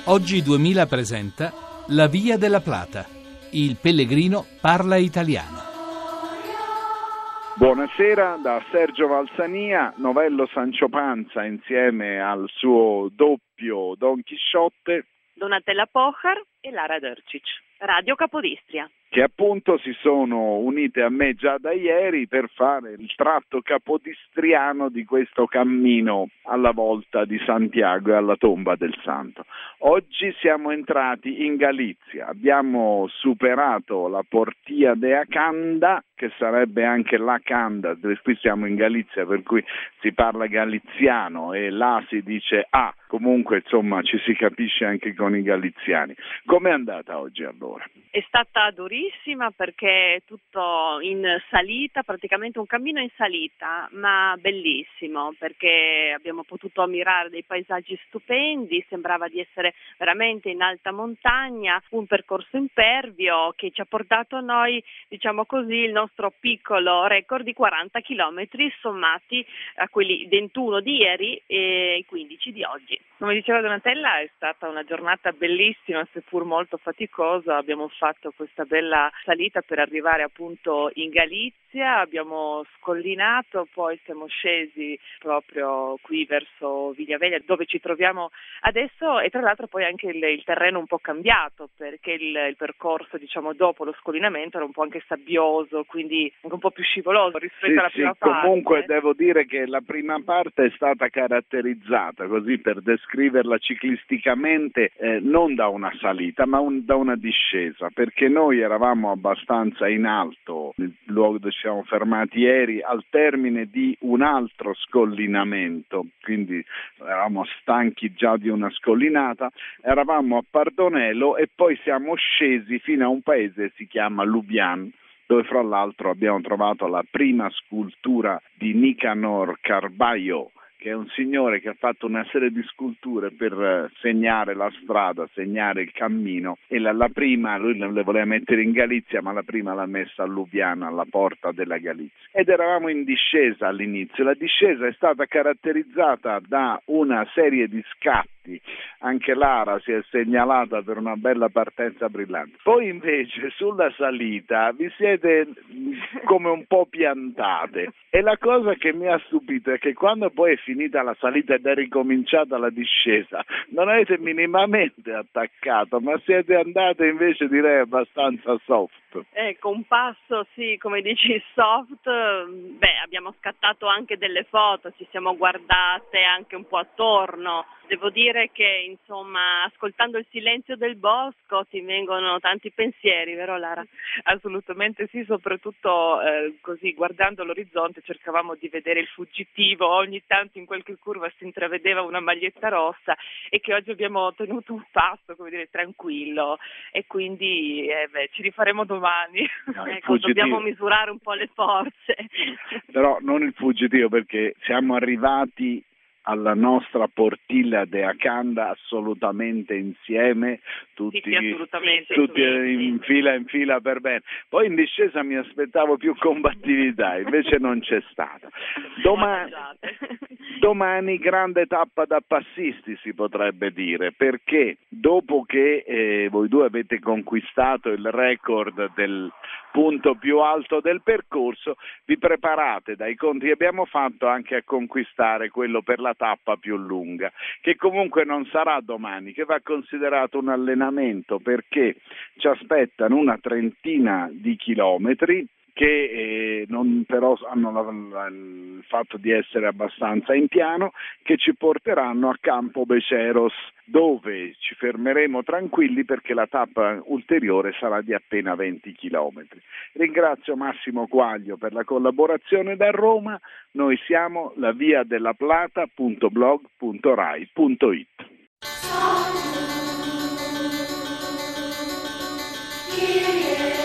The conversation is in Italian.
Oggi 2000 presenta La Via della Plata. Il pellegrino parla italiano. Buonasera da Sergio Valsania, Novello Sancio Panza insieme al suo doppio Don Chisciotte, Donatella Pochar e Lara Dörcic, Radio Capodistria, che appunto si sono unite a me già da ieri per fare il tratto capodistriano di questo cammino alla volta di Santiago e alla tomba del Santo. Oggi siamo entrati in Galizia, abbiamo superato la Portia de Acanda, che sarebbe anche l'Acanda, qui siamo in Galizia per cui si parla galiziano e là si dice A, comunque insomma ci si capisce anche con i galiziani. Com'è andata oggi allora? È stata durissima perché è tutto in salita, praticamente un cammino in salita, ma bellissimo perché abbiamo potuto ammirare dei paesaggi stupendi, sembrava di essere veramente in alta montagna, un percorso impervio che ci ha portato a noi, diciamo così, il nostro piccolo record di 40 chilometri sommati a quelli 21 di ieri e i 15 di oggi. Come diceva Donatella, è stata una giornata bellissima, seppur molto faticosa. Abbiamo fatto questa bella salita per arrivare appunto in Galizia, abbiamo scollinato, poi siamo scesi proprio qui verso Vigliaveglia, dove ci troviamo adesso, e tra l'altro poi anche il terreno un po' cambiato, perché il percorso, diciamo, dopo lo scollinamento era un po' anche sabbioso, quindi anche un po' più scivoloso rispetto alla prima parte. Comunque devo dire che la prima parte è stata caratterizzata, così per descriverla ciclisticamente, non da una salita ma da una discesa, perché noi eravamo abbastanza in alto nel luogo dove ci siamo fermati ieri al termine di un altro scollinamento, quindi eravamo stanchi già di una scollinata, eravamo a Pardonelo e poi siamo scesi fino a un paese che si chiama Lubian, dove fra l'altro abbiamo trovato la prima scultura di Nicanor Carballo, che è un signore che ha fatto una serie di sculture per segnare la strada, segnare il cammino, e la prima lui le voleva mettere in Galizia, ma la prima l'ha messa a Lubiana, alla porta della Galizia. Ed eravamo in discesa all'inizio. La discesa è stata caratterizzata da una serie di scatti, anche Lara si è segnalata per una bella partenza brillante. Poi invece sulla salita vi siete come un po' piantate, e la cosa che mi ha stupito è che quando poi è finita la salita ed è ricominciata la discesa non avete minimamente attaccato, ma siete andate invece, direi, abbastanza soft. Ecco, un passo, sì, come dici, soft. Abbiamo scattato anche delle foto, ci siamo guardate anche un po' attorno. Devo dire che, insomma, ascoltando il silenzio del bosco ti vengono tanti pensieri, vero Lara? Assolutamente sì, soprattutto così guardando l'orizzonte cercavamo di vedere il fuggitivo, ogni tanto in qualche curva si intravedeva una maglietta rossa, e che oggi abbiamo tenuto un passo, come dire, tranquillo, e quindi ci rifaremo domani. No, ecco, dobbiamo misurare un po' le forze. Però non il fuggitivo, perché siamo arrivati alla nostra Portilla de Acanda assolutamente insieme, tutti in fila per bene. Poi in discesa mi aspettavo più combattività, invece non c'è stata. Domani grande tappa da passisti, si potrebbe dire, perché dopo che voi due avete conquistato il record del punto più alto del percorso, vi preparate dai conti che abbiamo fatto anche a conquistare quello per la tappa più lunga, che comunque non sarà domani, che va considerato un allenamento, perché ci aspettano una trentina di chilometri che non però hanno il fatto di essere abbastanza in piano, che ci porteranno a Campo Beceros, dove ci fermeremo tranquilli perché la tappa ulteriore sarà di appena 20 chilometri. Ringrazio Massimo Quaglio per la collaborazione da Roma. Noi siamo laviadelaplata.blog.rai.it.